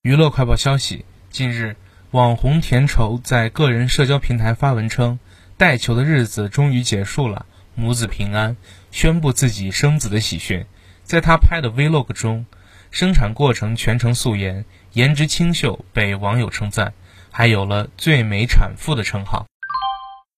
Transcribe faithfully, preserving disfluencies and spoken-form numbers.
娱乐快报消息，近日，网红田畴在个人社交平台发文称，带球的日子终于结束了，母子平安，宣布自己生子的喜讯。在他拍的 Vlog 中，生产过程全程素颜，颜值清秀，被网友称赞，还有了最美产妇的称号。